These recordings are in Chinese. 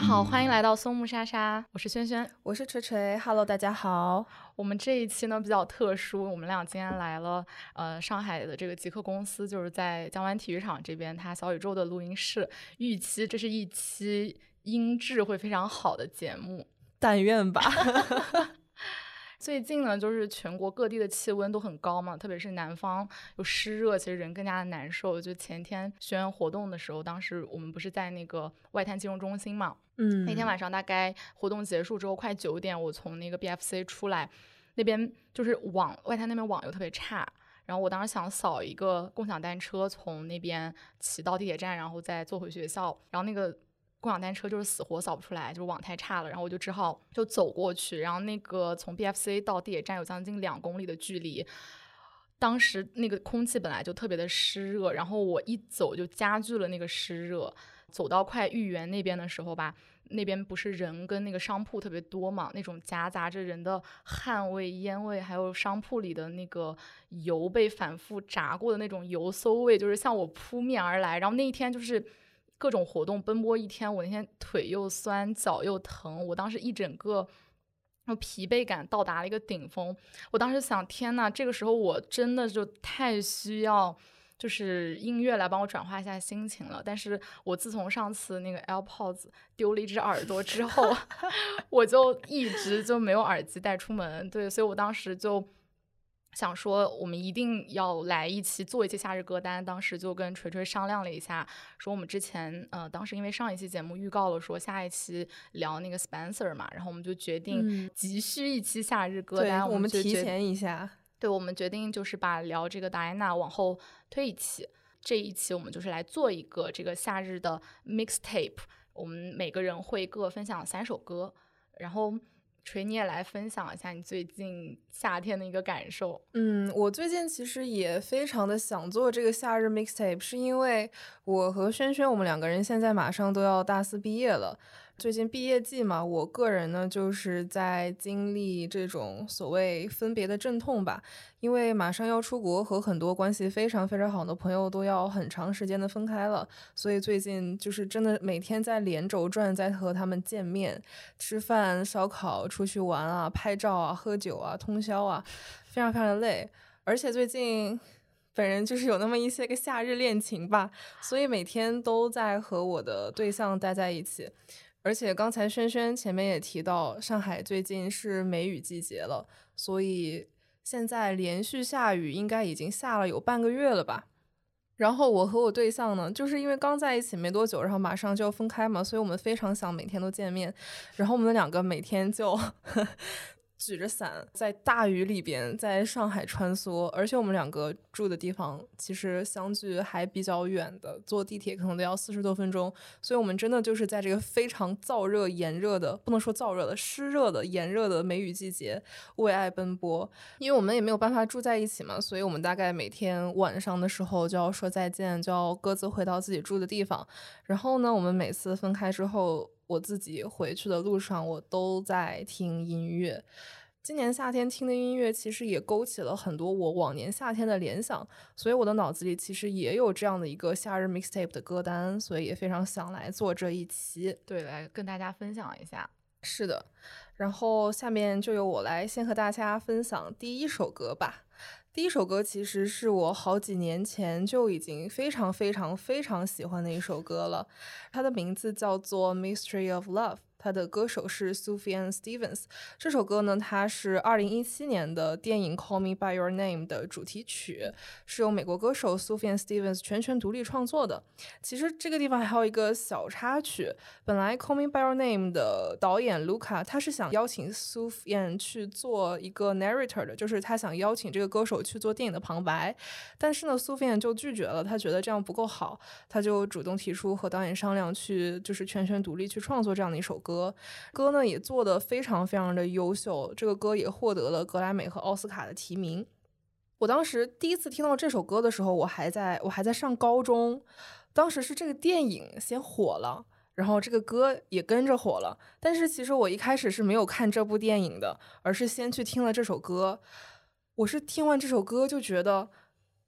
好，欢迎来到松木莎莎，我是萱萱， 我是锤锤 ，Hello， 大家好。 我们这一期呢比较特殊，我们俩今天来了上海的这个极客公司，就是在江湾体育场这边，它小宇宙的录音室，预期这是一期音质会非常好的节目， 但愿吧。 最近呢，就是全国各地的气温都很高嘛，特别是南方有湿热，其实人更加的难受。就前天宣活动的时候，当时我们不是在那个外滩金融中心嘛，那天晚上大概活动结束之后快9点，我从那个 BFC 出来，那边就是外滩那边网又特别差。然后我当时想扫一个共享单车，从那边骑到地铁站，然后再坐回学校。然后那个共享单车就是死活扫不出来，就是网太差了，然后我就只好就走过去，然后那个从 BFC 到地铁站有将近2公里的距离，当时那个空气本来就特别的湿热，然后我一走就加剧了那个湿热，走到快豫园那边的时候吧，那边不是人跟那个商铺特别多嘛，那种夹杂着人的汗味、烟味，还有商铺里的那个油被反复炸过的那种油馊味，就是向我扑面而来。然后那一天就是各种活动奔波一天，我那天腿又酸脚又疼，我当时一整个疲惫感到达了一个顶峰。我当时想，天哪，这个时候我真的就太需要就是音乐来帮我转化一下心情了。但是我自从上次那个 AirPods 丢了一只耳朵之后我就一直就没有耳机带出门，对，所以我当时就想说我们一定要来做一期夏日歌单。当时就跟锤锤商量了一下，说我们之前当时因为上一期节目预告了说下一期聊那个 Spencer 嘛，然后我们就决定急需一期夏日歌单， 我们提前一下。 对，我们决定就是把聊这个达安娜往后推一期，这一期我们就是来做一个这个夏日的 mixtape， 我们每个人会各分享3首歌，然后锤你也来分享一下你最近夏天的一个感受。 我最近其实也非常的想做这个夏日 mixtape， 是因为我和萱萱我们2个人现在马上都要大4毕业了，最近毕业季嘛，我个人呢就是在经历这种所谓分别的阵痛吧，因为马上要出国，和很多关系非常非常好的朋友都要很长时间的分开了，所以最近就是真的每天在连轴转，在和他们见面、吃饭、烧烤、出去玩啊、拍照啊、喝酒啊、通宵啊，非常非常的累。而且最近本人就是有那么一些个夏日恋情吧，所以每天都在和我的对象待在一起。而且刚才萱萱前面也提到，上海最近是梅雨季节了，所以现在连续下雨应该已经下了有半个月了吧。然后我和我对象呢，就是因为刚在一起没多久，然后马上就要分开嘛，所以我们非常想每天都见面，然后我们2个每天就举着伞在大雨里边在上海穿梭，而且我们2个住的地方其实相距还比较远的，坐地铁可能都要40多分钟，所以我们真的就是在这个非常燥热炎热的，不能说燥热的，湿热的炎热的梅雨季节为爱奔波。因为我们也没有办法住在一起嘛，所以我们大概每天晚上的时候就要说再见，就要各自回到自己住的地方。然后呢，我们每次分开之后，我自己回去的路上我都在听音乐。今年夏天听的音乐其实也勾起了很多我往年夏天的联想，所以我的脑子里其实也有这样的一个夏日 mixtape 的歌单，所以也非常想来做这一期， 对，来跟大家分享一下。 是的，然后下面就由我来先和大家分享第一首歌吧。第一首歌其实是我好几年前就已经非常非常非常喜欢的一首歌了，它的名字叫做 Mystery of Love， 它的歌手是 Sufjan Stevens。 这首歌呢，它是2017年的电影 Call Me By Your Name 的主题曲，是由美国歌手 Sufjan Stevens 全权独立创作的。其实这个地方还有一个小插曲，本来 Call Me By Your Name 的导演 Luca 他是想邀请 Sufjan 去做一个 narrator 的，就是他想邀请这个歌手去做电影的旁白，但是呢 Sufjan 就拒绝了，他觉得这样不够好，他就主动提出和导演商量去就是全权独立去创作这样的一首歌。歌呢也做得非常非常的优秀，这个歌也获得了格莱美和奥斯卡的提名。我当时第一次听到这首歌的时候，我还在上高中，当时是这个电影先火了，然后这个歌也跟着火了，但是其实我一开始是没有看这部电影的，而是先去听了这首歌。我是听完这首歌就觉得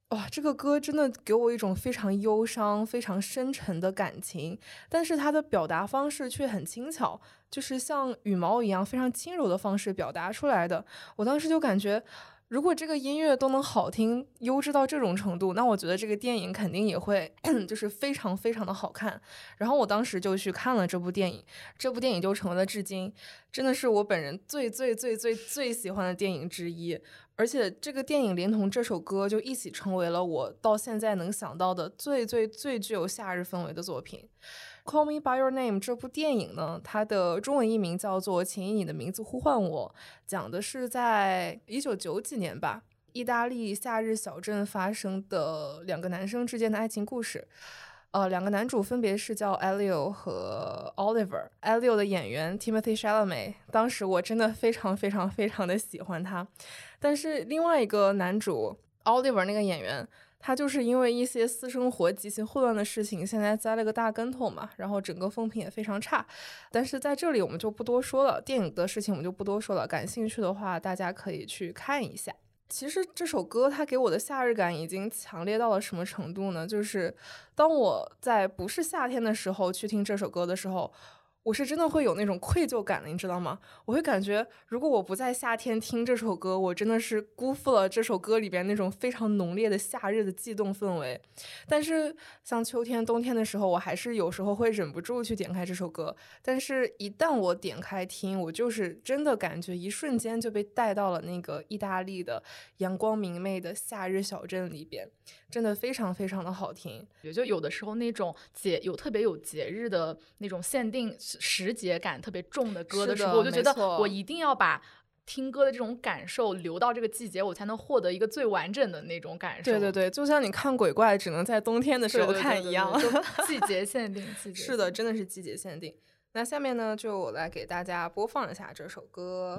哇，这个歌真的给我一种非常忧伤、非常深沉的感情，但是它的表达方式却很轻巧，就是像羽毛一样非常轻柔的方式表达出来的。我当时就感觉，如果这个音乐都能好听、优质到这种程度，那我觉得这个电影肯定也会就是非常非常的好看。然后我当时就去看了这部电影，这部电影就成为了至今真的是我本人最最最最最喜欢的电影之一。而且这个电影连同这首歌就一起成为了我到现在能想到的最最最具有夏日氛围的作品。Call Me By Your Name 这部电影呢，它的中文译名叫做请以你的名字呼唤我，讲的是在1990几年吧，意大利夏日小镇发生的两个男生之间的爱情故事。两个男主分别是叫 Elio 和 Oliver。Elio 的演员 Timothée Chalamet， 当时我真的非常非常非常的喜欢他。但是另外一个男主 Oliver 那个演员，他就是因为一些私生活极其混乱的事情，现在栽了个大跟头嘛，然后整个风评也非常差。但是在这里我们就不多说了，电影的事情我们就不多说了，感兴趣的话大家可以去看一下。其实这首歌它给我的夏日感已经强烈到了什么程度呢？就是当我在不是夏天的时候去听这首歌的时候，我是真的会有那种愧疚感的，你知道吗？我会感觉如果我不在夏天听这首歌，我真的是辜负了这首歌里边那种非常浓烈的夏日的悸动氛围。但是像秋天冬天的时候，我还是有时候会忍不住去点开这首歌，但是一旦我点开听，我就是真的感觉一瞬间就被带到了那个意大利的阳光明媚的夏日小镇里边，真的非常非常的好听。 也就有的时候那种特别有节日的那种限定时节感特别重的歌的时候，我就觉得我一定要把听歌的这种感受留到这个季节，我才能获得一个最完整的那种感受。 对对对，就像你看鬼怪只能在冬天的时候看一样。 对对对对对，季节限定季节是的，真的是季节限定。那下面呢，就我来给大家播放一下这首歌。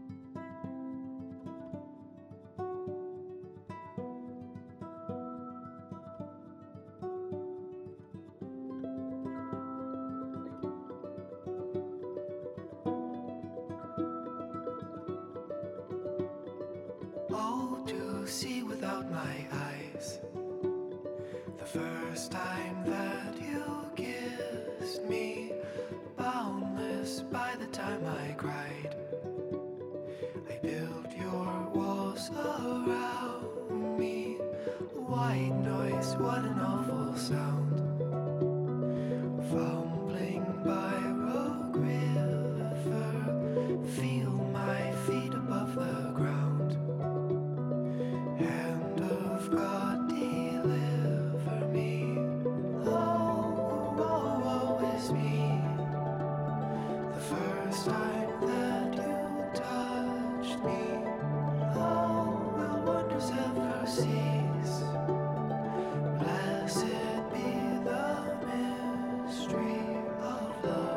See without my eyes, the first time that you kissed me, boundless by the time I cried. I built your walls around me, white noise, what an awful sound. Fumbling by Rogue River, feel my feet above the ground. Hand of God, deliver me. Oh, woe, woe is me. The first time that you touched me, oh, will wonders ever cease? Blessed be the mystery of love.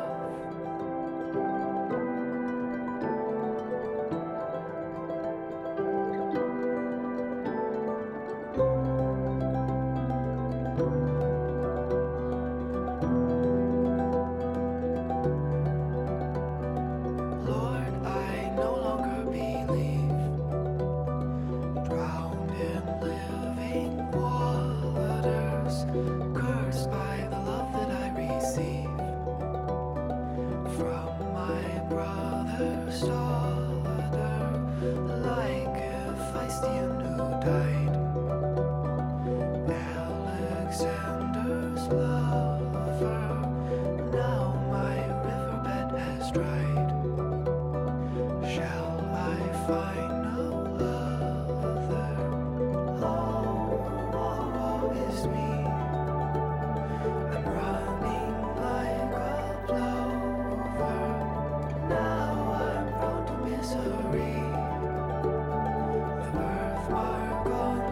Gone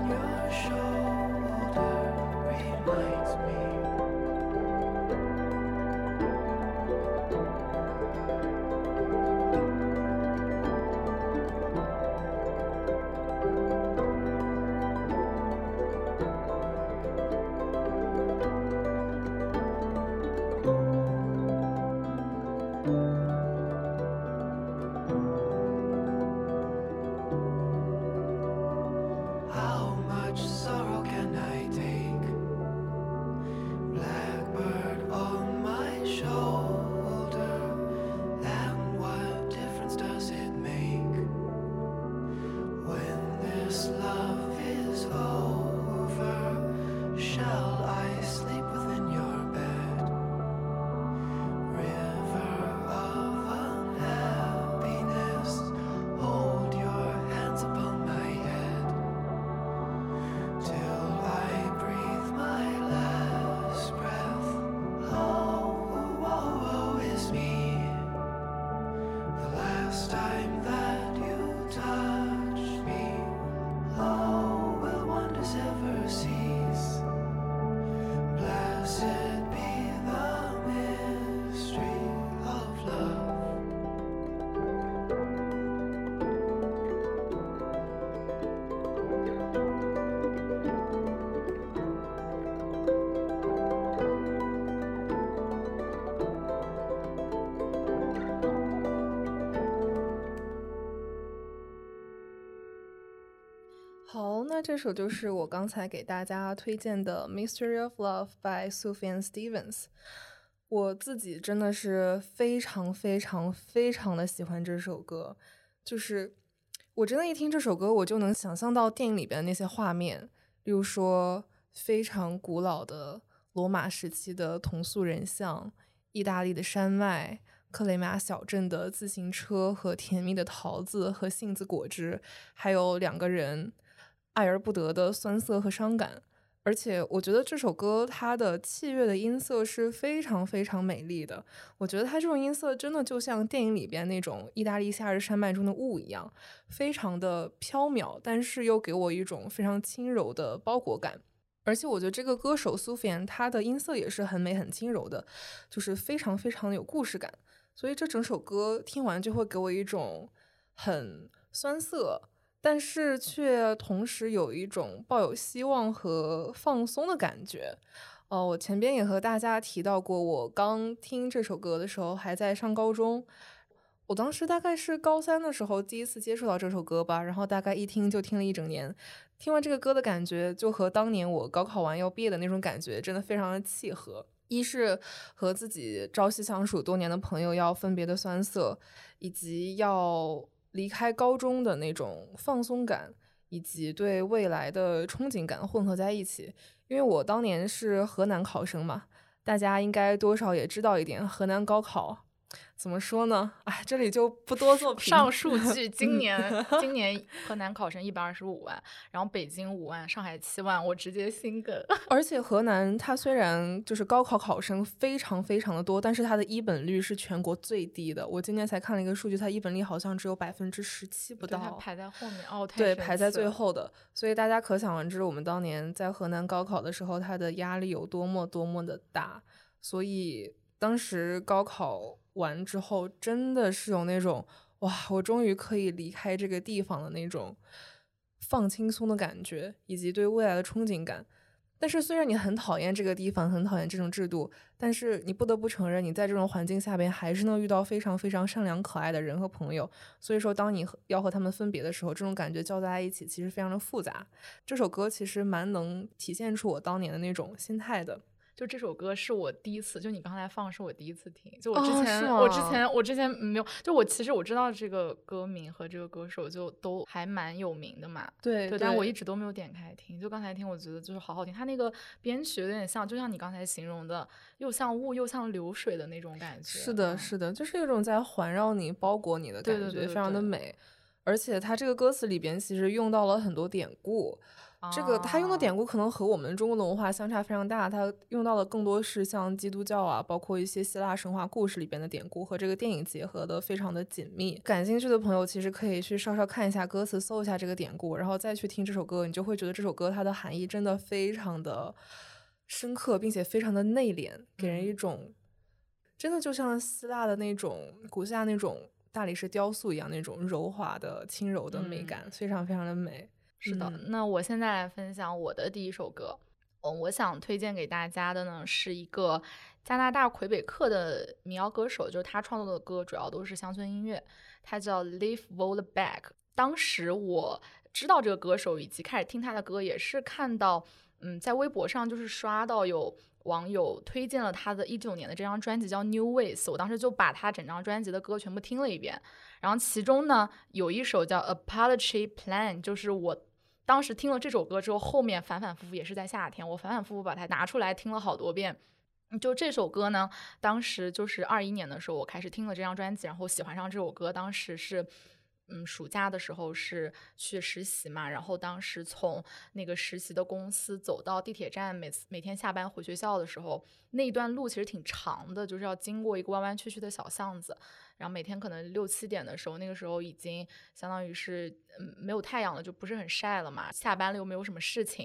好，那这首就是我刚才给大家推荐的《Mystery of Love》by Sufjan Stevens。我自己真的是非常非常非常的喜欢这首歌，就是我真的一听这首歌，我就能想象到电影里边的那些画面，例如说非常古老的罗马时期的铜塑人像，意大利的山脉，克雷马小镇的自行车和甜蜜的桃子和杏子果汁，还有两个人爱而不得的酸涩和伤感。而且我觉得这首歌它的器乐的音色是非常非常美丽的，我觉得它这种音色真的就像电影里边那种意大利夏日山脉中的雾一样，非常的飘渺，但是又给我一种非常轻柔的包裹感。而且我觉得这个歌手苏菲安他的音色也是很美很轻柔的，就是非常非常有故事感，所以这整首歌听完就会给我一种很酸涩，但是却同时有一种抱有希望和放松的感觉。我前边也和大家提到过，我刚听这首歌的时候还在上高中，我当时大概是高3的时候第一次接触到这首歌吧，然后大概一听就听了一整年。听完这个歌的感觉，就和当年我高考完要毕业的那种感觉真的非常的契合。一是和自己朝夕相处多年的朋友要分别的酸涩，以及要离开高中的那种放松感，以及对未来的憧憬感混合在一起。因为我当年是河南考生嘛，大家应该多少也知道一点，河南高考怎么说呢？哎，这里就不多做评。 上数据，今年河南考生125万，然后北京5万，上海7万，我直接心梗。 而且河南它虽然就是高考考生非常非常的多，但是它的一本率是全国最低的。我今年才看了一个数据，它一本率好像只有17%不对，它到， 排在后面哦，太对， 神排在奇了。 最后的。所以大家可想而知，我们当年在河南高考的时候，它的压力有多么多么的大。所以当时高考完之后，真的是有那种哇，我终于可以离开这个地方的那种放轻松的感觉，以及对未来的憧憬感。但是虽然你很讨厌这个地方，很讨厌这种制度，但是你不得不承认，你在这种环境下边还是能遇到非常非常善良可爱的人和朋友。所以说，当你要和他们分别的时候，这种感觉交杂在一起，其实非常的复杂。这首歌其实蛮能体现出我当年的那种心态的。 就这首歌是我第一次，就你刚才放是我第一次听，就我哦之前、 是吗我之前没有，就我其实我知道这个歌名和这个歌手就都还蛮有名的嘛， 对对，但我一直都没有点开听，就刚才听我觉得就是好好听，它那个编曲有点像，就像你刚才形容的，又像雾又像流水的那种感觉。 是的， 嗯是的，就是有种在环绕你、包裹你的感觉， 对对对对非常的对美。而且它这个歌词里边其实用到了很多典故，这个他用的典故可能和我们中国的文化相差非常大，他用到的更多是像基督教啊，包括一些希腊神话故事里边的典故，和这个电影结合的非常的紧密。感兴趣的朋友其实可以去稍稍看一下歌词，搜一下这个典故，然后再去听这首歌，你就会觉得这首歌它的含义真的非常的深刻，并且非常的内敛，给人一种真的就像希腊的那种古希腊那种大理石雕塑一样，那种柔滑的轻柔的美感，非常非常的美。 是的，那我现在来分享我的第一首歌。我想推荐给大家的呢，是一个加拿大魁北克的民谣歌手，就是他创作的歌主要都是乡村音乐，他叫 Leif Volbeck。当时我知道这个歌手以及开始听他的歌，也是看到在微博上就是刷到有网友推荐了他的19年的这张专辑叫 New Ways， 我当时就把他整张专辑的歌全部听了一遍，然后其中呢有一首叫 Apology Plan， 就是我当时听了这首歌之后，后面反反复复也是在夏天，我反反复复把它拿出来听了好多遍。就这首歌呢，当时就是21年的时候，我开始听了这张专辑，然后喜欢上这首歌。当时是暑假的时候是去实习嘛，然后当时从那个实习的公司走到地铁站，每天下班回学校的时候，那一段路其实挺长的，就是要经过一个弯弯曲曲的小巷子，然后每天可能6、7点的时候，那个时候已经相当于是没有太阳了，就不是很晒了嘛，下班了又没有什么事情，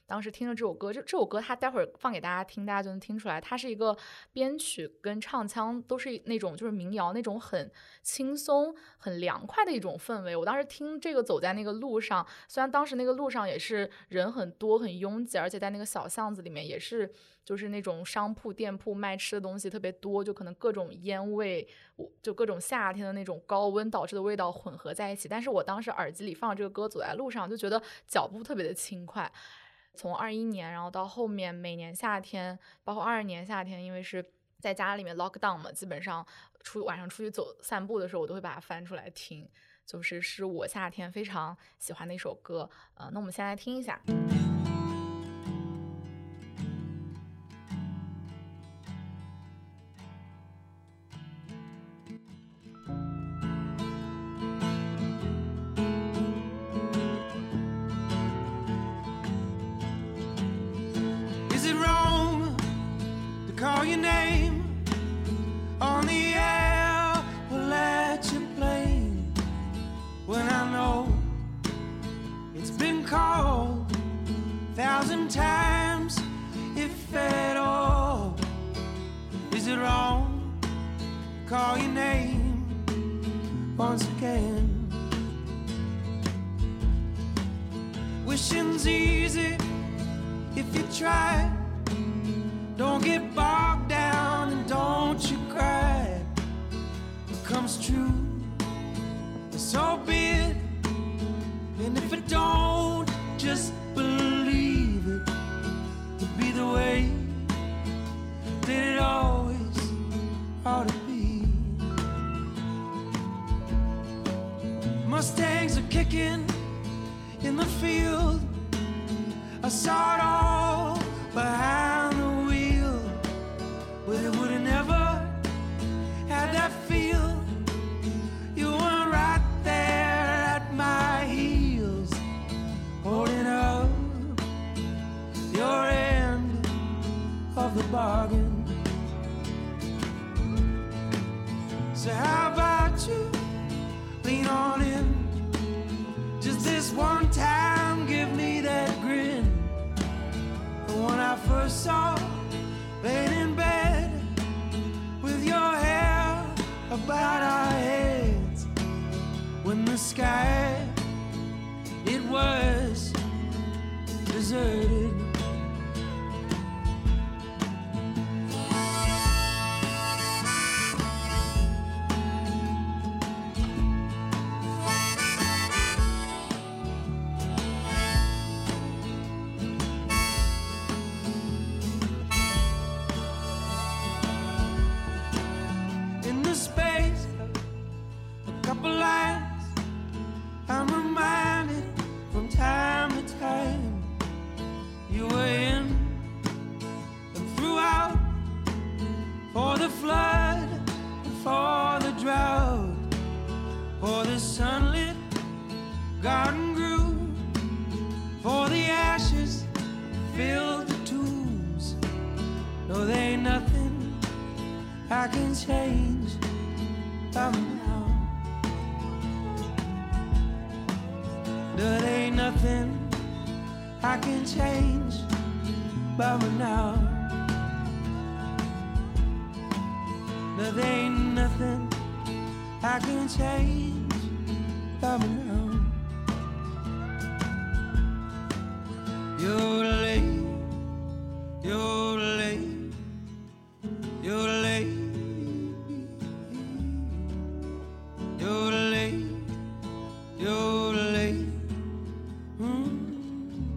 当时听了这首歌，这首歌它待会儿放给大家听，大家就能听出来，它是一个编曲跟唱腔都是那种就是民谣那种很轻松、很凉快的一种氛围。我当时听这个走在那个路上，虽然当时那个路上也是人很多、很拥挤，而且在那个小巷子里面也是就是那种商铺、店铺卖吃的东西特别多，就可能各种烟味，就各种夏天的那种高温导致的味道混合在一起。但是我当时耳机里放这个歌，走在路上就觉得脚步特别的轻快。从21年，然后到后面每年夏天，包括22年夏天，因为是在家里面 lock down 嘛，基本上晚上出去散步的时候，我都会把它翻出来听，是我夏天非常喜欢的一首歌。那我们先来听一下。 Is it wrong to call your name on the air or let you play when I know it's been called 1,000 times, if at all? Is it wrong to call your name once again? Wishing's easy if you try. Don't get bogged down and don't you cry. It comes true, so be it. And if it don't, just believe it to be the way that it always ought to be. Mustangs are kicking in the field. I saw it all behind the wheel, but it would have never had that feel. You were right there at my heels, holding up your end of the bargain. So how about you lean on in just this one time, give me that grin. The one I first saw laying in bed with your hair about our heads, when the sky, it was deserted. In the space of a couple lines, I'm reminded from time to time, you were in and throughout, for the flood, for the drought, for the sunlit garden grew, for the ashes filled the tombs. No, there ain't nothing I can change by now. No, there ain't nothing I can change by now. No, there ain't nothing I can change by now. You're late, you're late, you're late, you're late, you're late. Mm.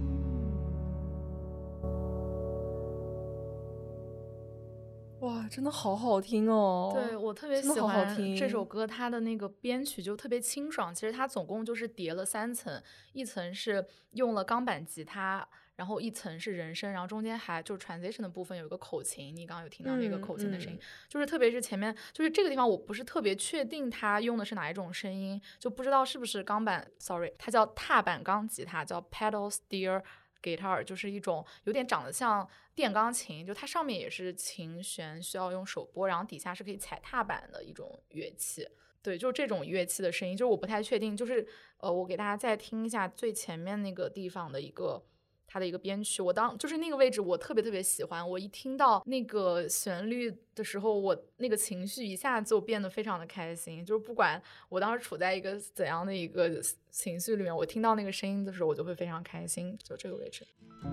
哇，真的好好听哦！ 对，我特别真的喜欢好好听这首歌，它的那个编曲就特别清爽。其实它总共就是叠了3层，一层是用了钢板吉他，然后一层是人声，然后中间还就是 transition 的部分有一个口琴，你刚刚有听到那个口琴的声音，就是特别是前面就是这个地方我不是特别确定它用的是哪一种声音，就不知道是不是钢板 ，sorry， 它叫踏板钢吉他，叫 pedal steel guitar， 就是一种有点长得像电钢琴，就它上面也是琴弦需要用手拨，然后底下是可以踩踏板的一种乐器。对，就是这种乐器的声音，就是我不太确定，就是我给大家再听一下最前面那个地方的一个它的一个编曲，就是那个位置我特别喜欢，我一听到那个旋律的时候，我那个情绪一下就变得非常的开心，就是不管我当时处在一个怎样的一个情绪里面，我听到那个声音的时候，我就会非常开心，就这个位置。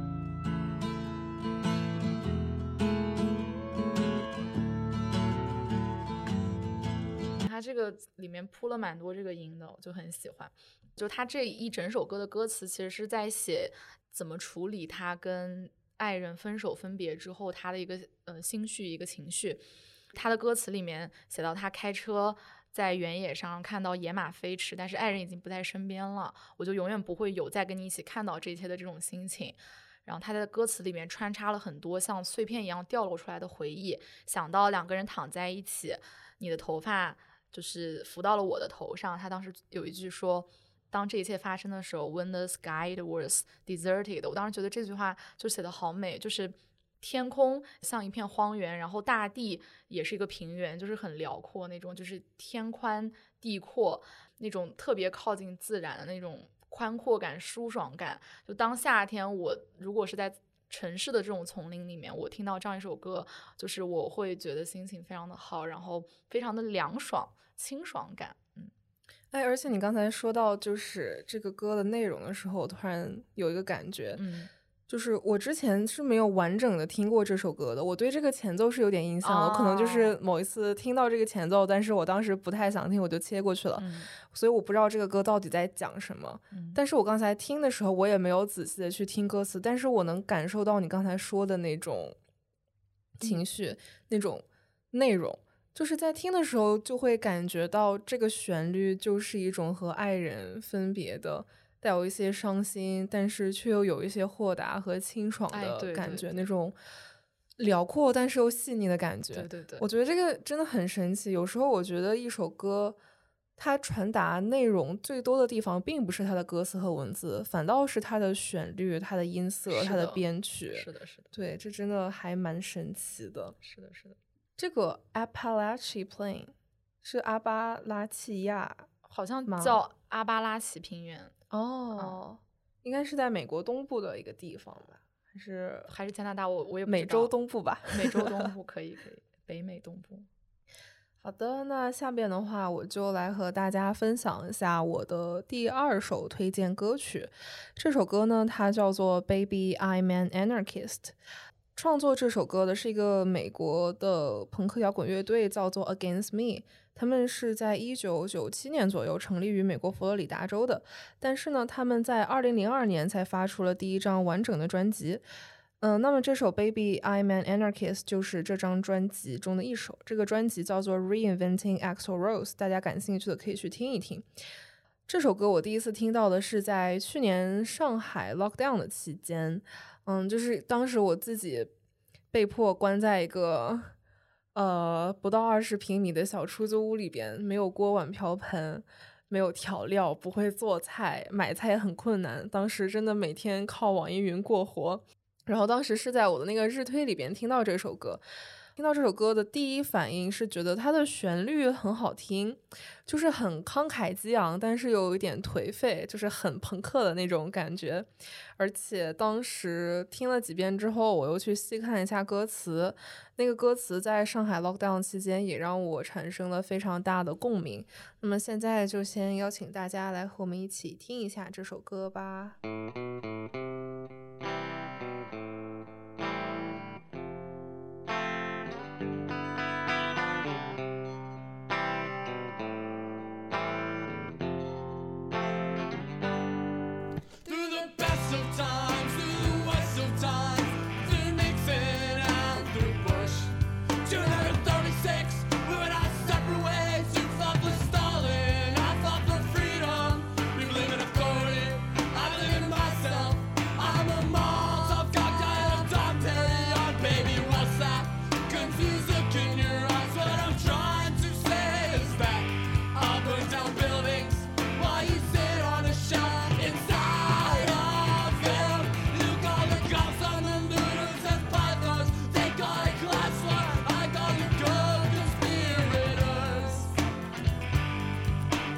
它这个里面铺了蛮多这个音的，我就很喜欢。就他这一整首歌的歌词其实是在写怎么处理他跟爱人分手分别之后他的一个心绪一个情绪。他的歌词里面写到他开车在原野上看到野马飞驰，但是爱人已经不在身边了，我就永远不会有再跟你一起看到这一切的这种心情。然后他的歌词里面穿插了很多像碎片一样掉落出来的回忆，想到两个人躺在一起，你的头发就是浮到了我的头上。他当时有一句说，当这一切发生的时候 When the sky was deserted， 我当时觉得这句话就写得好美，就是天空像一片荒原，然后大地也是一个平原，就是很辽阔那种，就是天宽地阔那种特别靠近自然的那种宽阔感舒爽感。就当夏天我如果是在城市的这种丛林里面，我听到这样一首歌，就是我会觉得心情非常的好，然后非常的凉爽清爽感。 而且你刚才说到就是这个歌的内容的时候，我突然有一个感觉，就是我之前是没有完整的听过这首歌的，我对这个前奏是有点印象的，可能就是某一次听到这个前奏，但是我当时不太想听，我就切过去了，所以我不知道这个歌到底在讲什么。但是我刚才听的时候，我也没有仔细的去听歌词，但是我能感受到你刚才说的那种情绪，那种内容。就是在听的时候就会感觉到这个旋律就是一种和爱人分别的带有一些伤心，但是却又有一些豁达和清爽的感觉，那种辽阔但是又细腻的感觉。 对， 我觉得这个真的很神奇。有时候我觉得一首歌它传达内容最多的地方并不是它的歌词和文字，反倒是它的旋律、它的音色、它的编曲。 是的对，这真的还蛮神奇的。 是的这个 Appalachian Plain 是阿巴拉契亚， 好像叫阿巴拉契平原应该是在美国东部的一个地方吧， 还是加拿大，我也不知道。 美洲东部吧， 美洲东部可以北美东部。 好的，那下面的话我就来和大家分享一下我的第二首推荐歌曲。这首歌呢，它叫做 Baby I'm an Anarchist。创作这首歌的是一个美国的朋克摇滚乐队，叫做 Against Me。他们是在1997年左右成立于美国佛罗里达州的，但是呢，他们在2002年才发出了第一张完整的专辑。那么这首 Baby I'm an Anarchist 就是这张专辑中的一首。这个专辑叫做 Reinventing Axl Rose， 大家感兴趣的可以去听一听。这首歌我第一次听到的是在去年上海 lockdown 的期间。就是当时我自己被迫关在一个不到20平米的小出租屋里边，没有锅碗瓢盆，没有调料，不会做菜，买菜也很困难。当时真的每天靠网易云过活。然后当时是在我的那个日推里边听到这首歌。听到这首歌的第一反应是觉得它的旋律很好听，就是很慷慨激昂，但是有一点颓废，就是很朋克的那种感觉。而且当时听了几遍之后，我又去细看一下歌词，那个歌词在上海 lockdown 期间也让我产生了非常大的共鸣。那么现在就先邀请大家来和我们一起听一下这首歌吧。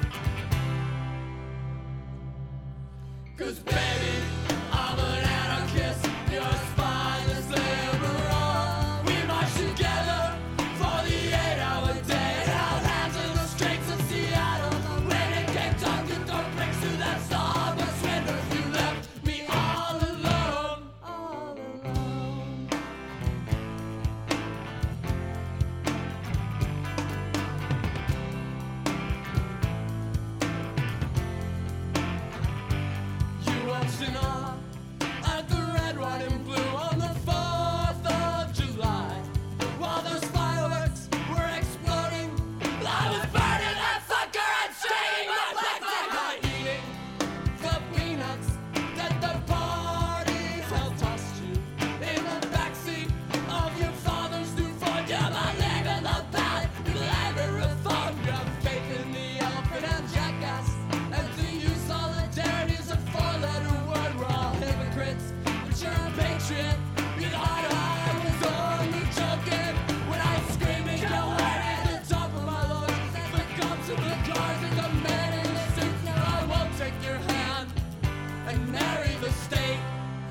'Cause baby, I'm an anarchist. marry the state.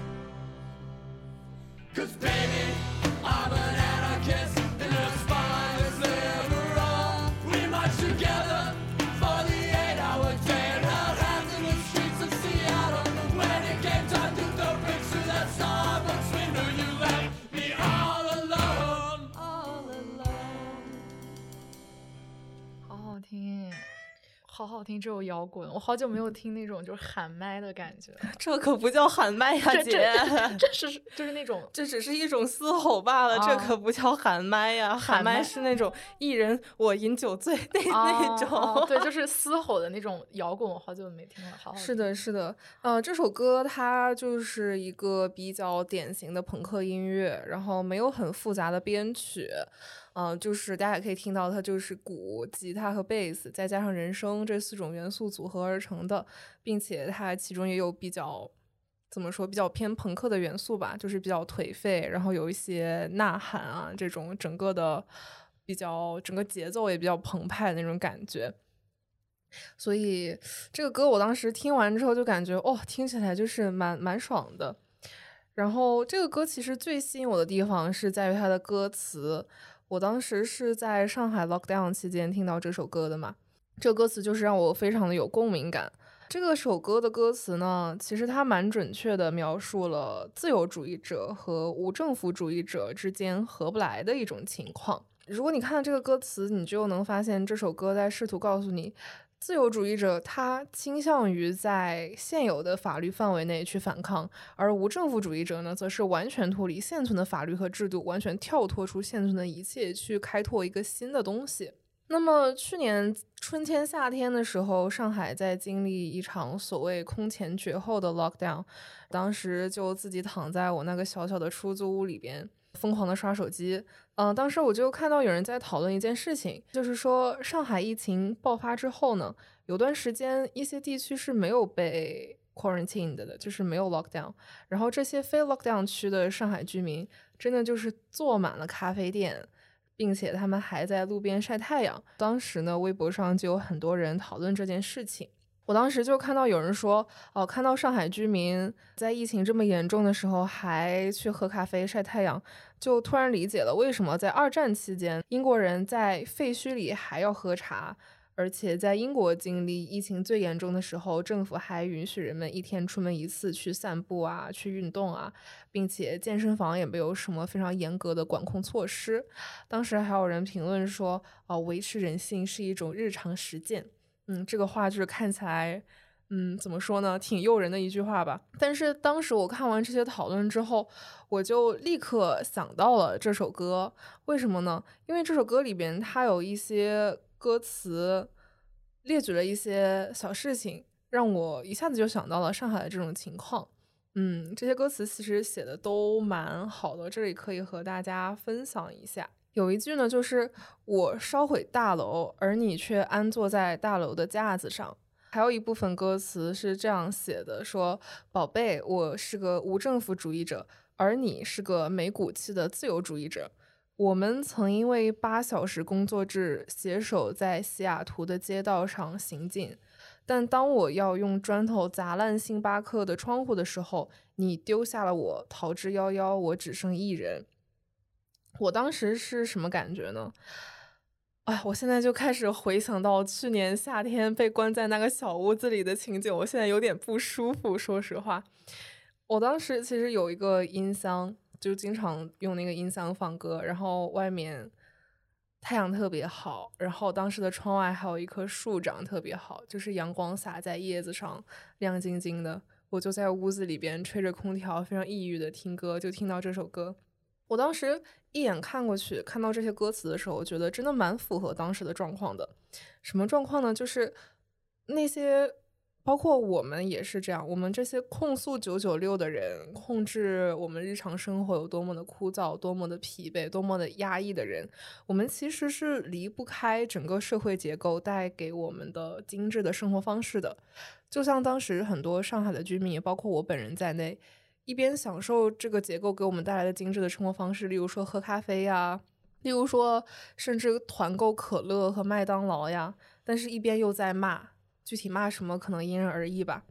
'Cause baby, I'm an anarchist in a spineless liberal. We march together for the 8-hour day and held hands in the streets of Seattle. When it came time to throw bricks through that Starbucks window, you left me all alone, all alone. 好好听，好好听这首摇滚，我好久没有听那种就是喊麦的感觉了。 这可不叫喊麦呀，姐， 这是就是那种这只是一种嘶吼罢了，这可不叫喊麦呀。喊麦是那种一人我饮酒醉那种。 对，就是嘶吼的那种摇滚，我好久没听了，好好听。 是的，是的，这首歌它就是一个比较典型的朋克音乐，然后没有很复杂的编曲，就是大家也可以听到，它就是鼓、吉他和贝斯，再加上人声这4种元素组合而成的，并且它其中也有比较怎么说比较偏朋克的元素吧，就是比较颓废，然后有一些呐喊啊，这种整个节奏也比较澎湃的那种感觉。所以这个歌我当时听完之后就感觉听起来就是蛮爽的。然后这个歌其实最吸引我的地方是在于它的歌词，我当时是在上海 lockdown 期间听到这首歌的嘛，这个歌词就是让我非常的有共鸣感。这首歌的歌词呢，其实它蛮准确的描述了自由主义者和无政府主义者之间合不来的一种情况。如果你看到这个歌词，你就能发现这首歌在试图告诉你，自由主义者他倾向于在现有的法律范围内去反抗，而无政府主义者呢，则是完全脱离现存的法律和制度，完全跳脱出现存的一切，去开拓一个新的东西。那么去年春天夏天的时候，上海在经历一场所谓空前绝后的 lockdown， 当时就自己躺在我那个小小的出租屋里边疯狂的刷手机。当时我就看到有人在讨论一件事情，就是说上海疫情爆发之后呢，有段时间一些地区是没有被 quarantined 的，就是没有 lockdown， 然后这些非 lockdown 区的上海居民真的就是坐满了咖啡店，并且他们还在路边晒太阳。当时呢，微博上就有很多人讨论这件事情。我当时就看到有人说，看到上海居民在疫情这么严重的时候还去喝咖啡晒太阳，就突然理解了为什么在2战期间英国人在废墟里还要喝茶，而且在英国经历疫情最严重的时候，政府还允许人们1天出门1次去散步啊，去运动啊，并且健身房也没有什么非常严格的管控措施。当时还有人评论说，维持人性是一种日常实践。这个话就是看起来怎么说呢，挺诱人的一句话吧。但是当时我看完这些讨论之后，我就立刻想到了这首歌。为什么呢？因为这首歌里边它有一些歌词列举了一些小事情，让我一下子就想到了上海的这种情况。这些歌词其实写的都蛮好的，这里可以和大家分享一下。有一句呢，就是我烧毁大楼，而你却安坐在大楼的架子上。还有一部分歌词是这样写的，说宝贝，我是个无政府主义者，而你是个没骨气的自由主义者。我们曾因为8小时工作制携手在西雅图的街道上行进，但当我要用砖头砸烂星巴克的窗户的时候，你丢下了我，逃之夭夭，我只剩一人。我当时是什么感觉呢？我现在就开始回想到去年夏天被关在那个小屋子里的情景，我现在有点不舒服，说实话。我当时其实有一个音箱，就经常用那个音箱放歌，然后外面太阳特别好，然后当时的窗外还有一棵树长得特别好，就是阳光洒在叶子上，亮晶晶的。我就在屋子里边吹着空调，非常抑郁的听歌，就听到这首歌。我当时一眼看过去，看到这些歌词的时候，我觉得真的蛮符合当时的状况的。什么状况呢？就是那些包括我们也是这样，我们这些控诉996的人，控制我们日常生活有多么的枯燥，多么的疲惫，多么的压抑的人，我们其实是离不开整个社会结构带给我们的精致的生活方式的。就像当时很多上海的居民，也包括我本人在内，一边享受这个结构给我们带来的精致的生活方式，例如说喝咖啡呀，例如说甚至团购可乐和麦当劳呀，但是一边又在骂，具体骂什么可能因人而异吧。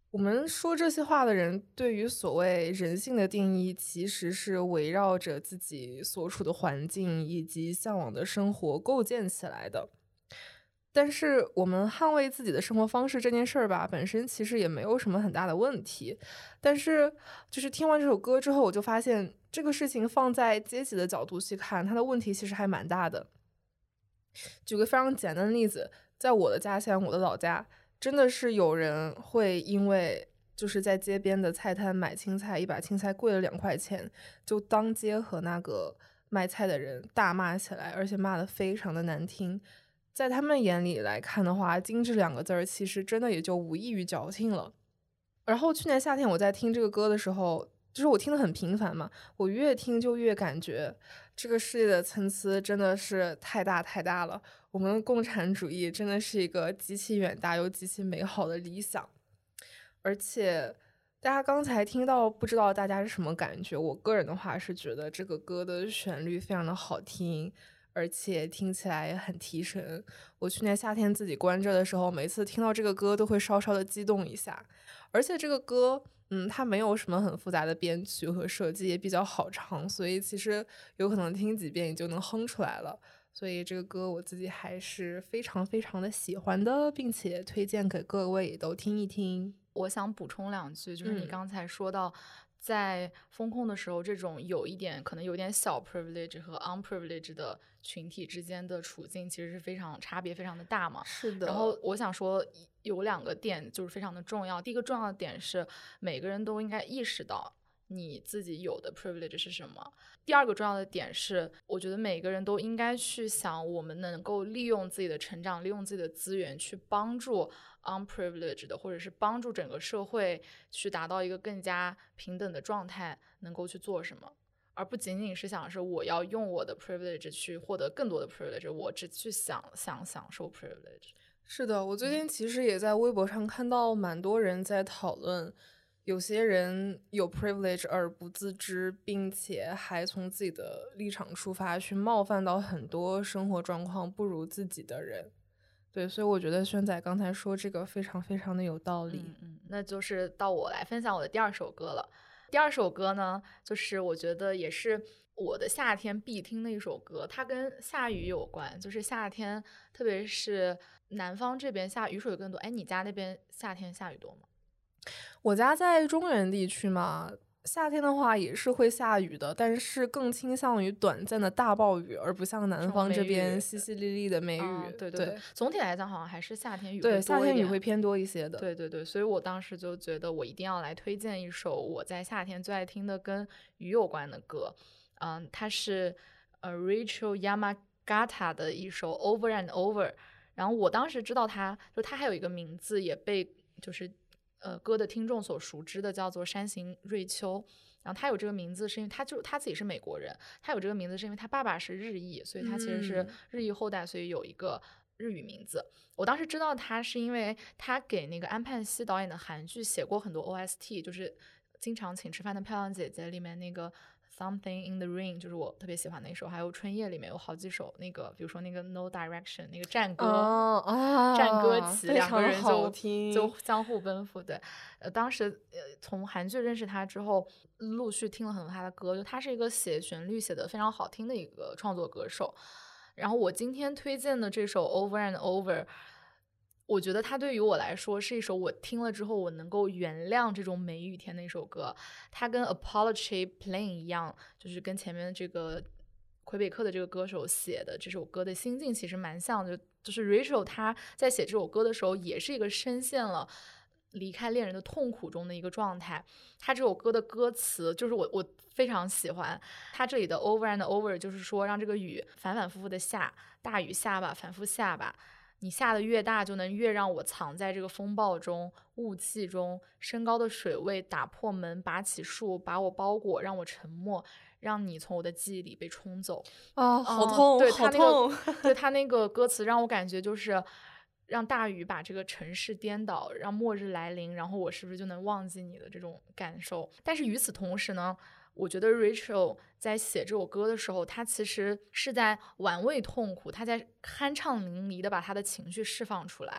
我们说这些话的人，对于所谓人性的定义，其实是围绕着自己所处的环境以及向往的生活构建起来的。但是我们捍卫自己的生活方式这件事儿吧，本身其实也没有什么很大的问题。但是就是听完这首歌之后，我就发现这个事情放在阶级的角度去看，它的问题其实还蛮大的。举个非常简单的例子，在我的家乡，我的老家，真的是有人会因为就是在街边的菜摊买青菜，一把青菜贵了2块钱，就当街和那个卖菜的人大骂起来，而且骂得非常的难听。在他们眼里来看的话，精致2个字儿其实真的也就无异于矫情了。然后去年夏天我在听这个歌的时候，就是我听得很频繁嘛，我越听就越感觉这个世界的参差真的是太大太大了。我们的共产主义真的是一个极其远大又极其美好的理想。而且大家刚才听到，不知道大家是什么感觉，我个人的话是觉得这个歌的旋律非常的好听，而且听起来也很提神。我去年夏天自己关着的时候，每次听到这个歌都会稍稍的激动一下。而且这个歌它没有什么很复杂的编曲和设计，也比较好唱，所以其实有可能听几遍你就能哼出来了。所以这个歌我自己还是非常非常的喜欢的，并且推荐给各位也都听一听。 我想补充2句，就是你刚才说到在风控的时候，这种可能有点小 privilege 和 unprivilege 的群体之间的处境其实是差别非常的大嘛。 是的。 然后我想说有2个点就是非常的重要。第一个重要的点是每个人都应该意识到你自己有的 privilege 是什么。第二个重要的点是，我觉得每个人都应该去想，我们能够利用自己的成长，利用自己的资源去帮助 unprivileged 的，或者是帮助整个社会去达到一个更加平等的状态，能够去做什么，而不仅仅是想是我要用我的 privilege 去获得更多的 privilege， 我只去享受 privilege。 是的，我最近其实也在微博上看到蛮多人在讨论，有些人有 privilege 而不自知，并且还从自己的立场出发去冒犯到很多生活状况不如自己的人。对，所以我觉得轩仔刚才说这个非常非常的有道理。 那就是到我来分享我的第2首歌了。第2首歌呢，就是我觉得也是我的夏天必听的一首歌，它跟下雨有关，就是夏天，特别是南方这边下雨水更多。哎，你家那边夏天下雨多吗？ 我家在中原地区嘛，夏天的话也是会下雨的，但是更倾向于短暂的大暴雨，而不像南方这边淅淅沥沥的梅雨。 对，总体来讲好像还是夏天雨会多一点。 对，夏天雨会偏多一些的。 对，所以我当时就觉得我一定要来推荐一首我在夏天最爱听的跟雨有关的歌。它是Rachel Yamagata 的一首 Over and Over。然后我当时知道它还有一个名字也被就是歌的听众所熟知的，叫做山形瑞秋。然后他有这个名字是因为他自己是美国人，他有这个名字是因为他爸爸是日裔，所以他其实是日裔后代，所以有一个日语名字。我当时知道他是因为他给那个安盼希导演的韩剧写过很多 OST， 就是经常请吃饭的漂亮姐姐里面那个Something in the Rain 就是我特别喜欢的一首，还有春夜里面有好几首，那个比如说那个 No Direction 那个战歌，战歌起2个人就相互奔赴。对，当时从韩剧认识他之后，陆续听了很多他的歌，就他是一个写旋律写得非常好听的一个创作歌手。然后我今天推荐的这首 Over and Over，我觉得它对于我来说是一首我听了之后我能够原谅这种梅雨天的一首歌。它跟 Apology Plain 一样，就是跟前面的这个魁北克的这个歌手写的这首歌的心境其实蛮像的。就是 Rachel 他在写这首歌的时候也是一个深陷了离开恋人的痛苦中的一个状态。他这首歌的歌词就是我非常喜欢，他这里的 Over and Over 就是说让这个雨反反复复的下，大雨下吧，反复下吧，你下的越大就能越让我藏在这个风暴中雾气中，升高的水位打破门，拔起树把我包裹，让我沉默，让你从我的记忆里被冲走。 好痛， 对， 好痛。 对，他那个歌词让我感觉就是让大雨把这个城市颠倒，让末日来临，然后我是不是就能忘记你的这种感受。但是与此同时呢，我觉得 Rachel 在写这首歌的时候，他其实是在玩味痛苦，他在酣畅淋漓的把他的情绪释放出来。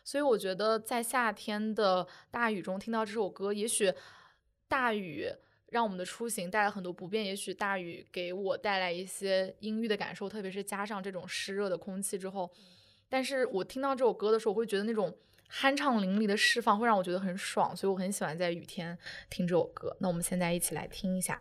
所以我觉得在夏天的大雨中听到这首歌，也许大雨让我们的出行带来很多不便，也许大雨给我带来一些阴郁的感受，特别是加上这种湿热的空气之后，但是我听到这首歌的时候，我会觉得那种酣畅淋漓的释放会让我觉得很爽，所以我很喜欢在雨天听这首歌。那我们现在一起来听一下。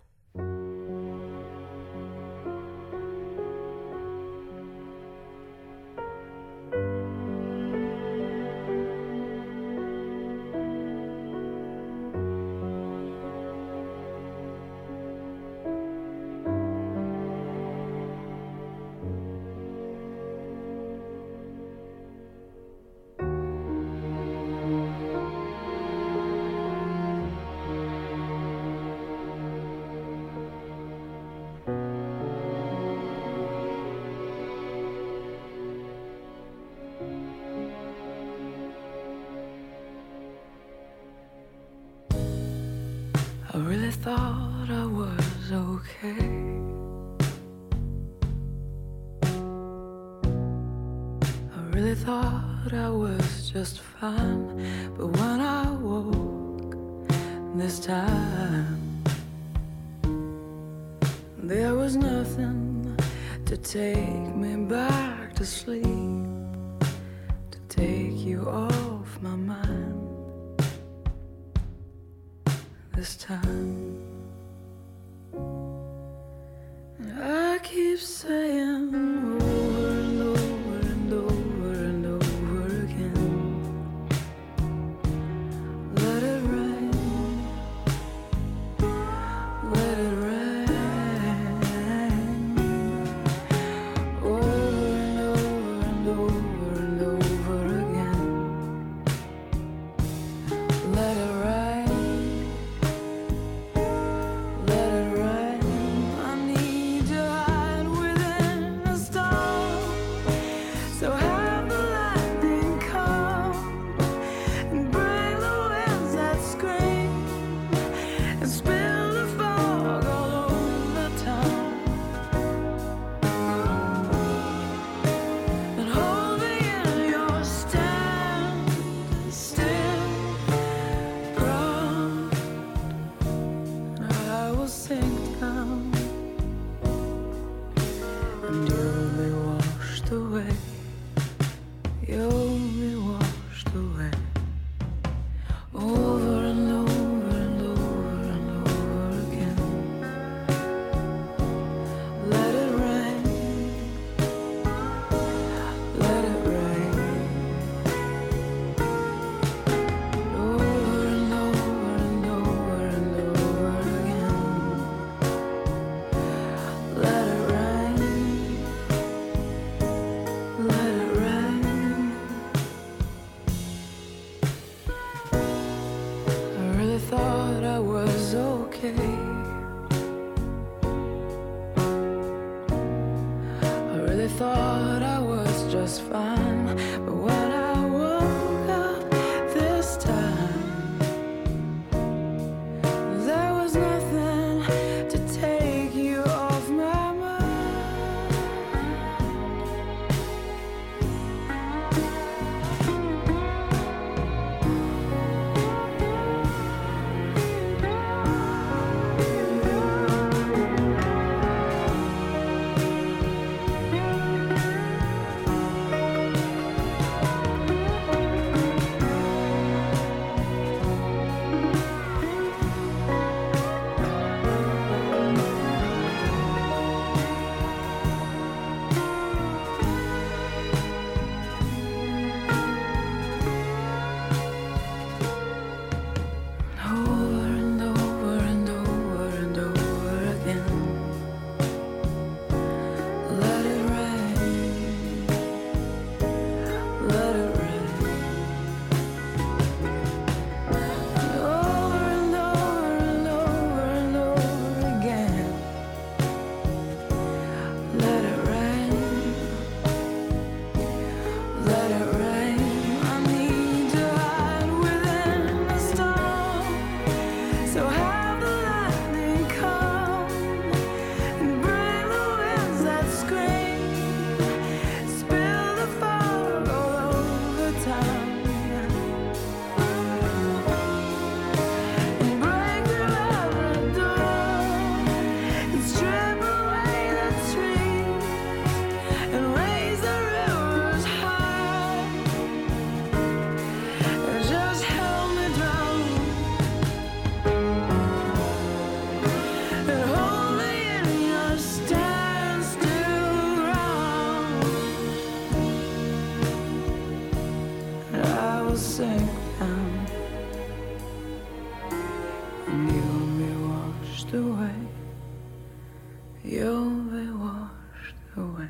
I really thought I was okay. I really thought I was just fine. But when I woke this time, there was nothing to take me back to sleep, to take you off my mind. This time I keep saying over and over and over and over again, let it rain, let it rain, over and over and over and over again, let it rain. Thought I was just fine, but when I woke up this time, there was nothing to take you off my mind. washed away. You'll be washed away.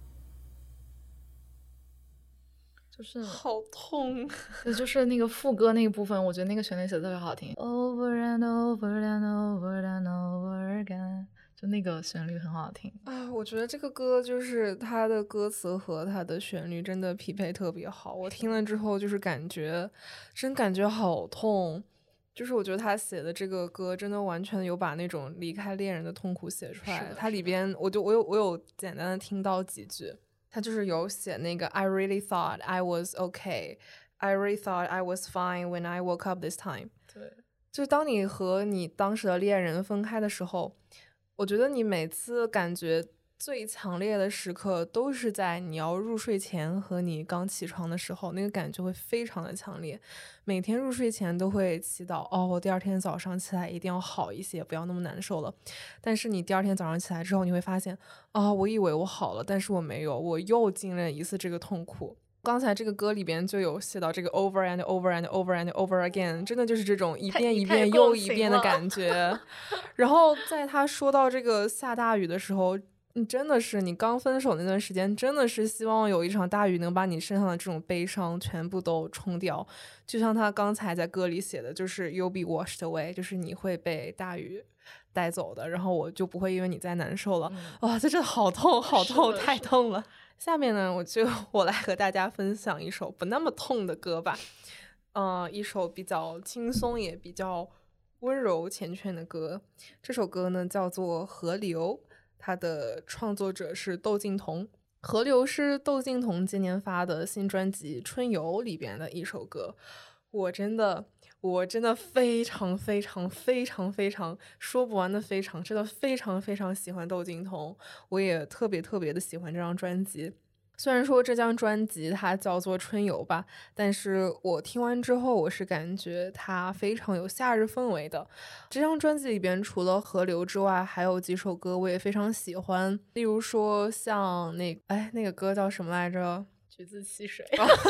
就是好痛。 就是那个副歌那个部分，我觉得那个旋律写的特别好听。Over and over and over and over again， 就那个旋律很好听啊，我觉得这个歌就是它的歌词和它的旋律真的匹配特别好。我听了之后就是感觉好痛。就是我觉得他写的这个歌真的完全有把那种离开恋人的痛苦写出来。它里边我有简单的听到几句。他就是有写那个 I really thought I was okay, I really thought I was fine when I woke up this time。 对， 就是当你和你当时的恋人分开的时候，我觉得你每次感觉最强烈的时刻都是在你要入睡前和你刚起床的时候，那个感觉会非常的强烈。每天入睡前都会祈祷，我第二天早上起来一定要好一些，不要那么难受了。但是你第二天早上起来之后，你会发现，我以为我好了，但是我没有，我又经历了一次这个痛苦。刚才这个歌里边就有写到这个 over and over and over and over again， 真的就是这种一遍一遍又一遍的感觉。然后在他说到这个下大雨的时候，你真的是你刚分手那段时间真的是希望有一场大雨能把你身上的这种悲伤全部都冲掉，就像他刚才在歌里写的，就是 you'll be washed away， 就是你会被大雨带走的，然后我就不会因为你再难受了。哇，这真的好痛好痛，太痛了。下面呢我来和大家分享一首不那么痛的歌吧。一首比较轻松也比较温柔缱绻的歌。这首歌呢叫做河流，它的创作者是窦靖童。河流是窦靖童今年发的新专辑春游里边的一首歌。我真的非常非常非常非常说不完的非常，真的非常非常喜欢窦靖童。我也特别特别的喜欢这张专辑。虽然说这张专辑它叫做春游吧，但是我听完之后我是感觉它非常有夏日氛围的。这张专辑里边除了河流之外，还有几首歌我也非常喜欢，例如说像那个歌叫什么来着？ 橘子汽水。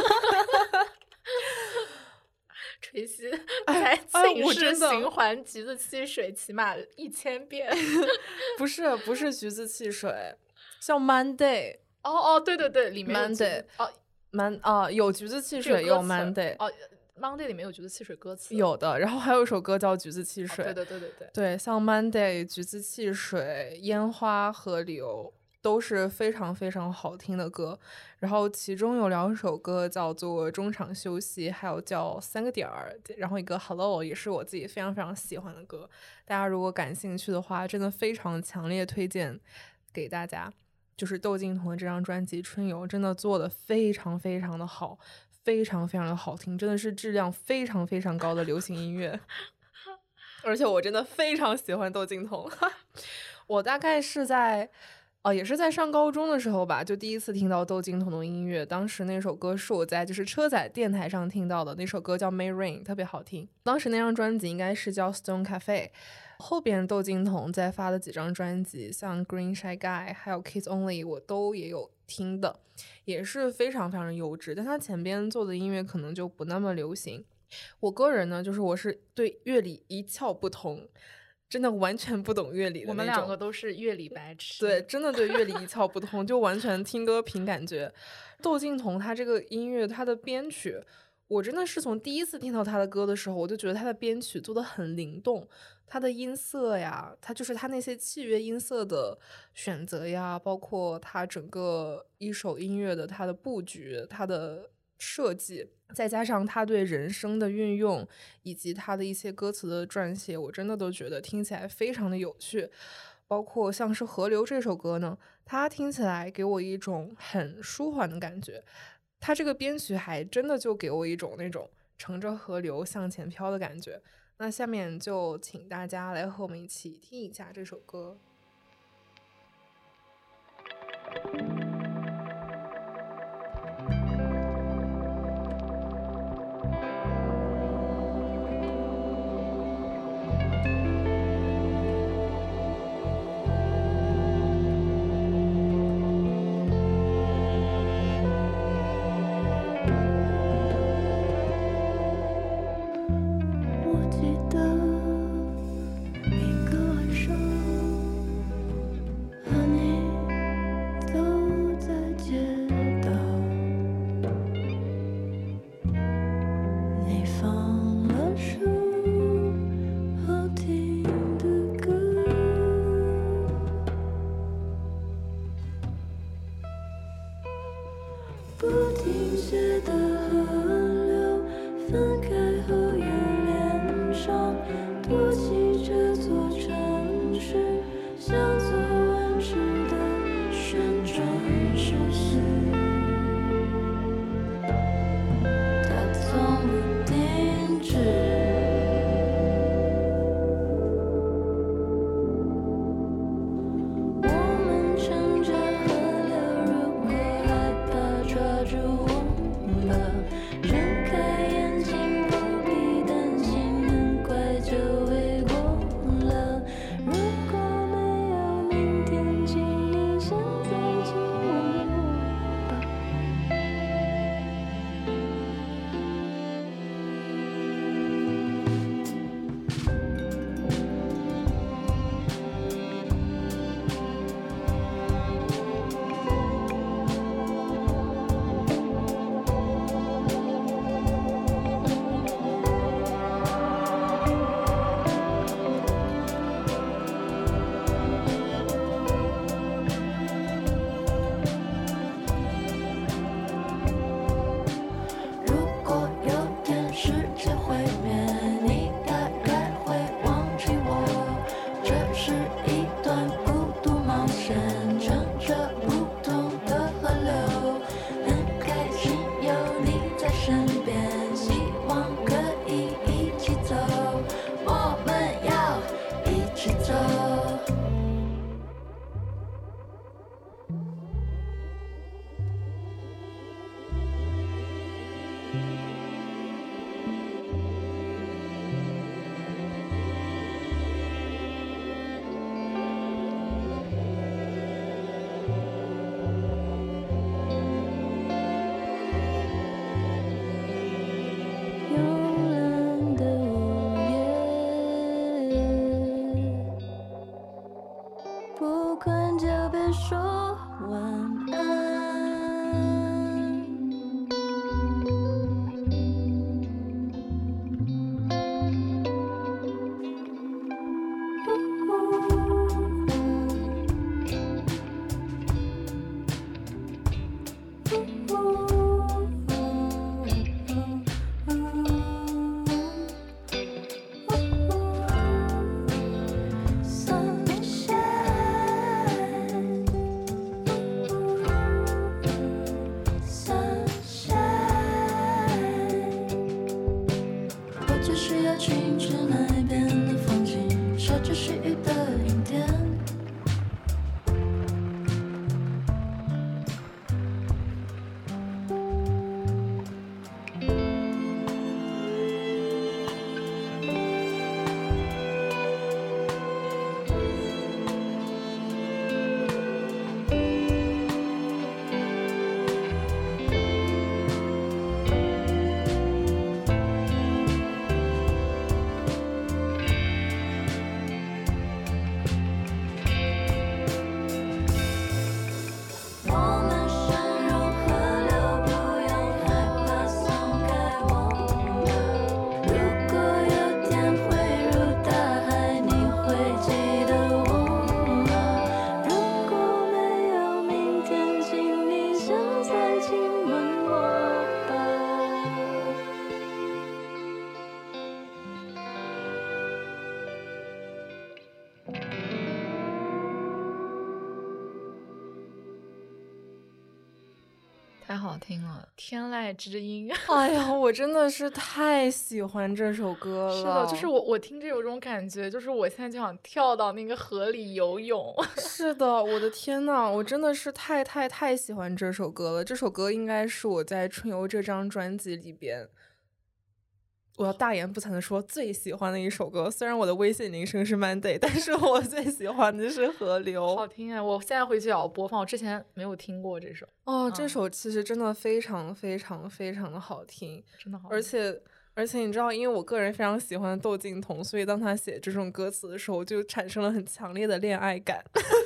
锤西在寝室循环橘子汽水起码1000遍。 不是橘子汽水，叫 Monday。 对对对，里面有 Monday。有橘子汽水，有 Monday。 Monday 里面有橘子汽水歌词， 有的。然后还有一首歌叫橘子汽水。 对对对对对对，像 Monday、橘子汽水、烟花、河流都是非常非常好听的歌。然后其中有2首歌叫做中场休息，还有叫3个点儿，然后一个 Hello 也是我自己非常非常喜欢的歌。大家如果感兴趣的话，真的非常强烈推荐给大家。就是窦靖童的这张专辑春游真的做的非常非常的好，非常非常的好听，真的是质量非常非常高的流行音乐。而且我真的非常喜欢窦靖童。我大概是在也是在上高中的时候吧，就第一次听到窦靖童的音乐。当时那首歌是我在就是车载电台上听到的，那首歌叫 May Rain， 特别好听。当时那张专辑应该是叫 Stone Cafe。后边窦靖童在发的几张专辑，像 Green Shy Guy 还有 Kids Only 我都也有听的，也是非常非常优质。但他前边做的音乐可能就不那么流行。我个人呢，就是我是对乐理一窍不通，真的完全不懂乐理的那种。 我们2个都是乐理白痴。 对，真的对乐理一窍不通，就完全听歌凭感觉。窦靖童他这个音乐，他的编曲，我真的是从第一次听到他的歌的时候，我就觉得他的编曲做得很灵动，他的音色呀，他那些器乐音色的选择呀，包括他整个一首音乐的他的布局，他的设计，再加上他对人声的运用，以及他的一些歌词的撰写，我真的都觉得听起来非常的有趣。包括像是河流这首歌呢，它听起来给我一种很舒缓的感觉，它这个编曲还真的就给我一种那种乘着河流向前飘的感觉。那下面就请大家来和我们一起听一下这首歌。 我记得每个晚上起走。 太好听了，天籁之音。 哎呀，我真的是太喜欢这首歌了。 是的，就是我听着有种感觉，就是我现在就想跳到那个河里游泳。 是的，我的天呐，我真的是太喜欢这首歌了。这首歌应该是我在春游这张专辑里边，我要大言不惭的说最喜欢的一首歌。虽然我的微信铃声是 Monday， 但是我最喜欢的是河流。 好听哎！我现在回去也要播放，我之前没有听过这首。 哦，这首其实真的非常的好听， 真的好听。 而且你知道，因为我个人非常喜欢窦靖童，所以当他写这种歌词的时候，就产生了很强烈的恋爱感。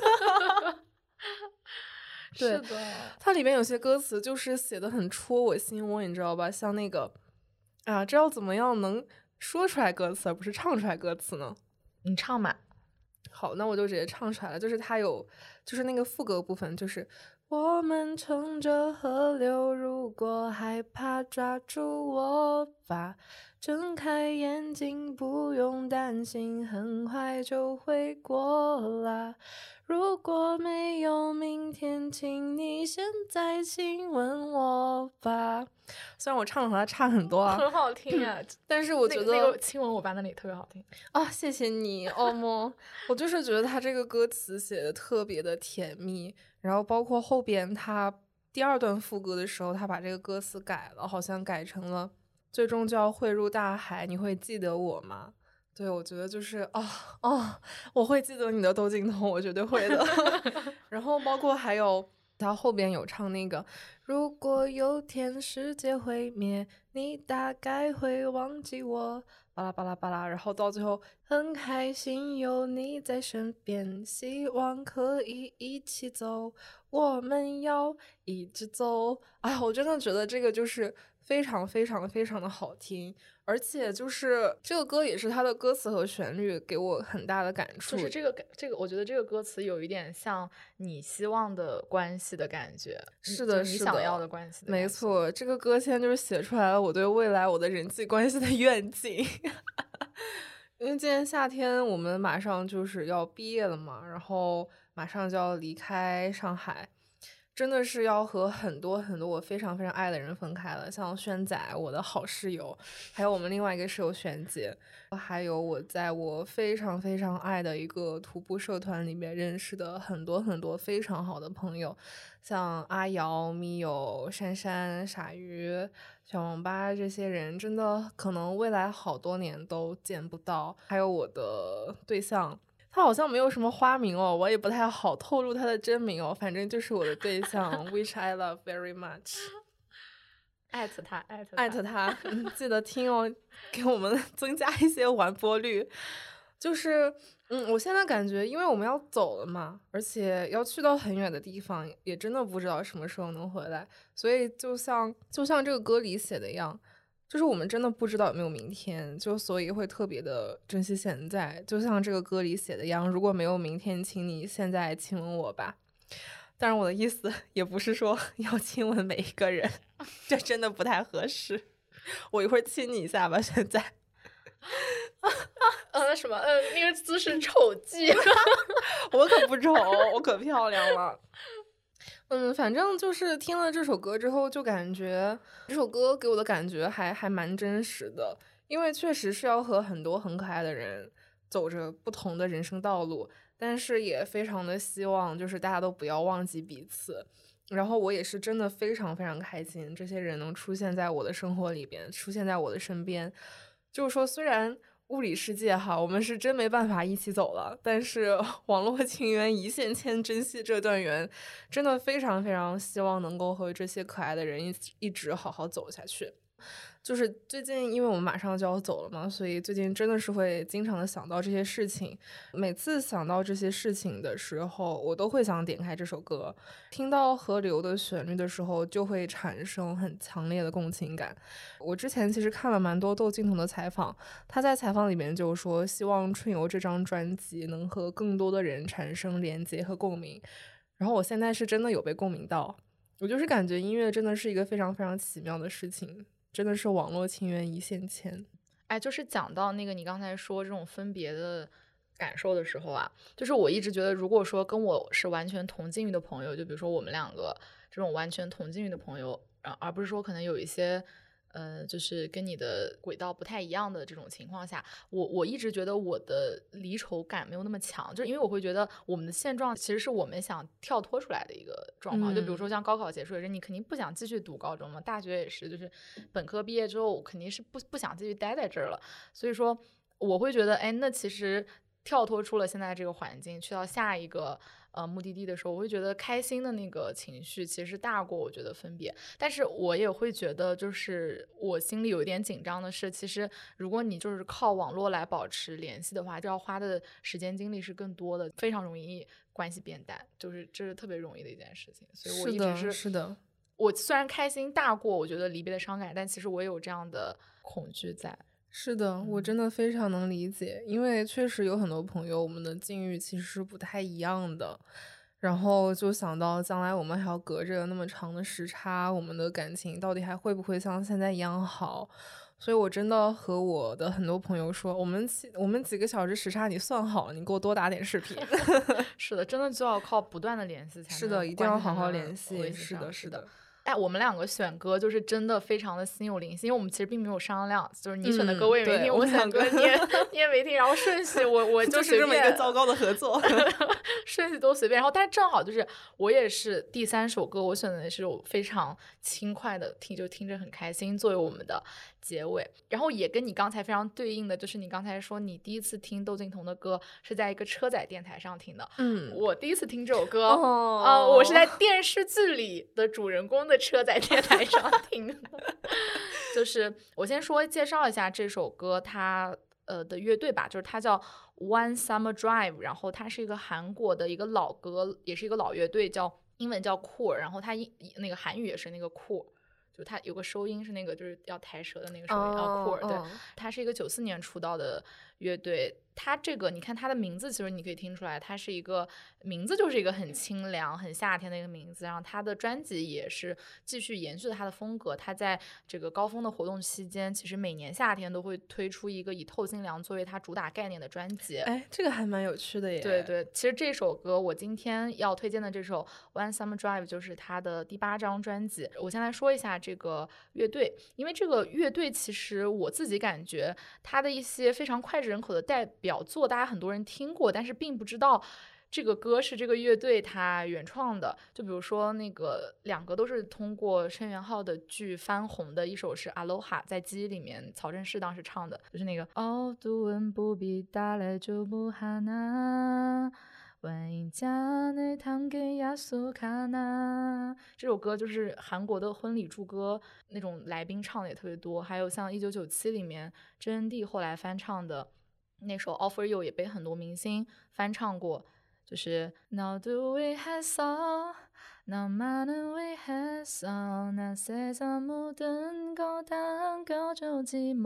对， 是的， 它里面有些歌词就是写的很戳我心窝，你知道吧？像那个啊，这要怎么样能说出来歌词而不是唱出来歌词呢？ 你唱吧。 好，那我就直接唱出来了。就是它有，就是那个副歌部分，就是我们乘着河流，如果害怕抓住我吧，睁开眼睛，不用担心，很快就会过啦。如果没有明天，请你现在亲吻我吧。虽然我唱的和他差很多啊， 很好听啊， 但是我觉得那个亲吻我吧那里特别好听啊，谢谢你，欧莫。我就是觉得他这个歌词写的特别的甜蜜，然后包括后边他第二段副歌的时候，他把这个歌词改了，好像改成了最终就要汇入大海，你会记得我吗？对，我觉得就是我会记得你的窦靖童，我绝对会的。然后包括还有他后边有唱那个如果有天世界毁灭，你大概会忘记我，巴拉巴拉巴拉，然后到最后很开心有你在身边，希望可以一起走，我们要一直走。哎，我真的觉得这个就是非常的好听，而且就是这个歌也是它的歌词和旋律给我很大的感触。 就是这个，我觉得这个歌词有一点像你希望的关系的感觉， 是的， 你想要的关系的感觉。 没错，这个歌现在就是写出来了我对未来我的人际关系的愿景。因为今年夏天我们马上就是要毕业了嘛，然后马上就要离开上海。 真的是要和很多很多我非常非常爱的人分开了，像轩仔，我的好室友，还有我们另外一个室友璇姐，还有我在我非常非常爱的一个徒步社团里面认识的很多很多非常好的朋友，像阿瑶、咪友、珊珊、傻鱼、小王八这些人，真的可能未来好多年都见不到。还有我的对象。他好像没有什么花名哦，我也不太好透露他的真名哦，反正就是我的对象，which I love very much。 艾特他， 艾特他，记得听哦，给我们增加一些完播率。就是，我现在感觉，因为我们要走了嘛，而且要去到很远的地方，也真的不知道什么时候能回来，所以就像这个歌里写的一样。就是我们真的不知道有没有明天，就所以会特别的珍惜现在，就像这个歌里写的一样，如果没有明天，请你现在亲吻我吧。当然我的意思也不是说要亲吻每一个人，这真的不太合适。我一会儿亲你一下吧，现在。 那什么，那个姿势丑记。 我可不丑，我可漂亮了。反正就是听了这首歌之后，就感觉这首歌给我的感觉还蛮真实的，因为确实是要和很多很可爱的人走着不同的人生道路，但是也非常的希望就是大家都不要忘记彼此。然后我也是真的非常非常开心，这些人能出现在我的生活里边，出现在我的身边。就是说，虽然物理世界哈，我们是真没办法一起走了，但是网络情缘一线牵，珍惜这段缘，真的非常非常希望能够和这些可爱的人一直好好走下去。就是最近因为我们马上就要走了嘛，所以最近真的是会经常的想到这些事情。每次想到这些事情的时候，我都会想点开这首歌，听到河流的旋律的时候就会产生很强烈的共情感。我之前其实看了蛮多窦靖童的采访，他在采访里面就说希望春游这张专辑能和更多的人产生连接和共鸣，然后我现在是真的有被共鸣到。我就是感觉音乐真的是一个非常非常奇妙的事情，真的是网络情缘一线牵。 就是讲到那个你刚才说这种分别的感受的时候啊，就是我一直觉得，如果说跟我是完全同境遇的朋友，就比如说我们两个这种完全同境遇的朋友，而不是说可能有一些就是跟你的轨道不太一样的这种情况下，我一直觉得我的离愁感没有那么强，就是因为我会觉得我们的现状其实是我们想跳脱出来的一个状况。就比如说像高考结束也是，你肯定不想继续读高中嘛，大学也是，就是本科毕业之后肯定是不想继续待在这儿了，所以说我会觉得，那其实跳脱出了现在这个环境，去到下一个目的地的时候，我会觉得开心的那个情绪其实大过我觉得分别。但是我也会觉得，就是我心里有一点紧张的是，其实如果你就是靠网络来保持联系的话，就要花的时间精力是更多的，非常容易关系变淡，就是这是特别容易的一件事情。所以我一直是的， 我虽然开心大过我觉得离别的伤感，但其实我也有这样的恐惧在。 是的，我真的非常能理解，因为确实有很多朋友，我们的境遇其实是不太一样的。然后就想到将来我们还要隔着那么长的时差，我们的感情到底还会不会像现在一样好？所以我真的和我的很多朋友说，我们几个小时时差你算好了，你给我多打点视频。 是的，真的就要靠不断的联系才能。 是的，一定要好好联系。是的， 是的。我们两个选歌就是真的非常的心有灵犀，因为我们其实并没有商量，就是你选的歌我也没听，我选歌你也没听，然后顺序我就是这么一个糟糕的合作， 顺序都随便。然后但是正好就是我也是第3首歌，我选的是我非常轻快的听，就听着很开心，作为我们的结尾。然后也跟你刚才非常对应的，就是你刚才说你第一次听窦靖童的歌是在一个车载电台上听的。我第一次听这首歌我是在电视剧里的主人公的车载电台上听的。就是我先介绍一下这首歌它的乐队吧，就是它叫 One Summer Drive， 然后它是一个韩国的一个老歌，也是一个老乐队，叫英文叫 Cool， 然后它那个韩语也是那个 Cool， 就它有个收音是那个就是要抬舌的那个收音Cool，对，它是一个94年出道的乐队。它这个你看它的名字，其实你可以听出来，它是一个名字就是一个很清凉很夏天的一个名字，然后它的专辑也是继续延续了它的风格。它在这个高峰的活动期间，其实每年夏天都会推出一个以透心凉作为它主打概念的专辑。 哎，这个还蛮有趣的耶。 对对，其实这首歌我今天要推荐的这首 One Summer Drive 就是它的第8张专辑。我先来说一下这个乐队，因为这个乐队其实我自己感觉它的一些非常脍炙人口的代表作大家很多人听过，但是并不知道这个歌是这个乐队它原创的。就比如说那个2个都是通过申元浩的剧翻红的，一首是 Aloha， 在记忆里面曹振势当时唱的，就是那个都问不必打来就不哈那欢迎家内堂给亚苏卡纳。这首歌就是韩国的婚礼祝歌，那种来宾唱的也特别多。还有像1997里面真谛后来翻唱的那首 Offer You 也被很多明星翻唱过，就是 Now do we have song Now 많은 we have song 나 세상 모든 거 다 안겨주지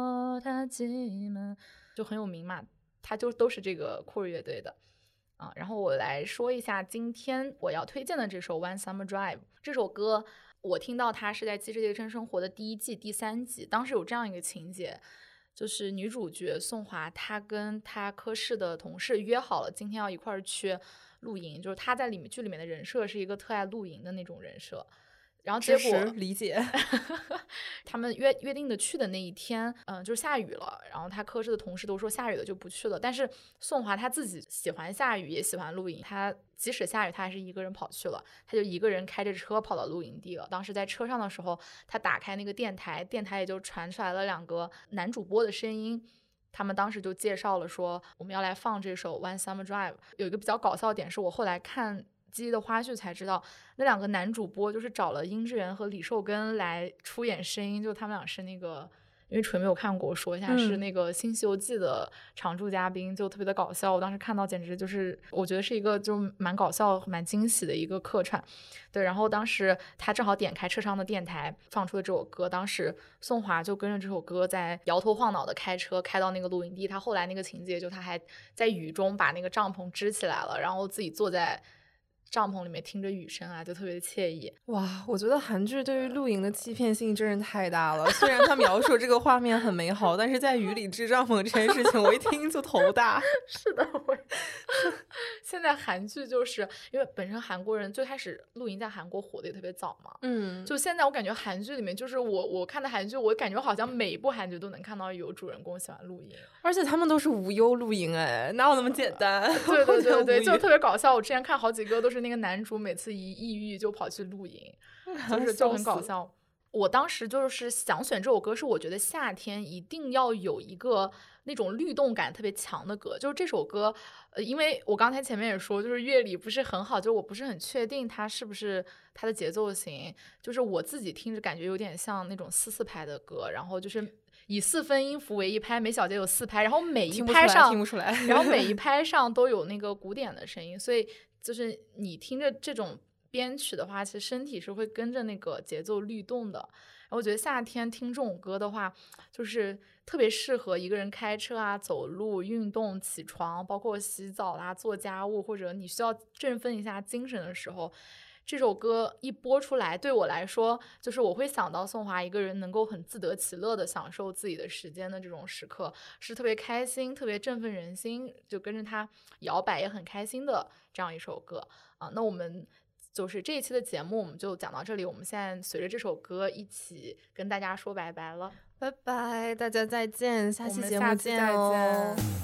못하지만就很有名嘛，它就都是这个酷儿乐队的然后我来说一下今天我要推荐的这首 One Summer Drive。 这首歌我听到它是在《机智的真生活》的第1季第3集，当时有这样一个情节，就是女主角宋华她跟她科室的同事约好了今天要一块儿去露营，就是她在剧里面的人设是一个特爱露营的那种人设，然后结果理解他们约定的去的那一天就是下雨了，然后他科室的同事都说下雨了就不去了，但是宋华他自己喜欢下雨也喜欢露营，他即使下雨他还是一个人跑去了，他就一个人开着车跑到露营地了。当时在车上的时候他打开那个电台也就传出来了2个男主播的声音，他们当时就介绍了说我们要来放这首 One Summer Drive。 有一个比较搞笑的点是我后来看记忆的花絮才知道，那2个男主播就是找了殷志源和李寿根来出演声音，就他们俩是那个，因为纯没有看过，我说一下是那个新西游记的常驻嘉宾，就特别的搞笑。我当时看到简直就是我觉得是一个就蛮搞笑蛮惊喜的一个客串。对，然后当时他正好点开车上的电台放出了这首歌，当时宋华就跟着这首歌在摇头晃脑的开车开到那个露营地。他后来那个情节就他还在雨中把那个帐篷支起来了，然后自己坐在帐篷里面听着雨声就特别的惬意。 哇，我觉得韩剧对于露营的欺骗性真是太大了。虽然他描述这个画面很美好，但是在雨里支帐篷这件事情我一听就头大。 是的，现在韩剧就是因为本身韩国人最开始露营在韩国火的也特别早嘛，就现在我感觉韩剧里面就是我看的韩剧，我感觉好像每一部韩剧都能看到有主人公喜欢露营， 而且他们都是无忧露营，哪有那么简单？ 对对对对，就特别搞笑。我之前看好几个都是那个男主每次一抑郁就跑去露营，就很搞笑。我当时就是想选这首歌，是我觉得夏天一定要有一个那种律动感特别强的歌。就是这首歌因为我刚才前面也说就是乐理不是很好，就我不是很确定它是不是它的节奏型，就是我自己听着感觉有点像那种4/4拍的歌，然后就是以4分音符为一拍，每小节有4拍，然后每一拍上听不出来然后每一拍上都有那个鼓点的声音，所以就是你听着这种编曲的话，其实身体是会跟着那个节奏律动的。然后我觉得夏天听这种歌的话，就是特别适合一个人开车走路、运动、起床，包括洗澡做家务，或者你需要振奋一下精神的时候，这首歌一播出来，对我来说就是我会想到宋华一个人能够很自得其乐的享受自己的时间的这种时刻，是特别开心特别振奋人心，就跟着他摇摆也很开心的这样一首歌那我们就是这一期的节目我们就讲到这里，我们现在随着这首歌一起跟大家说拜拜了， 拜拜，大家再见，下期节目我们下期见再哦。 见。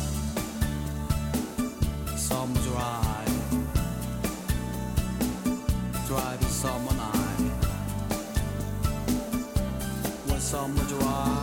Summer drive, driving summer night. When summer drive.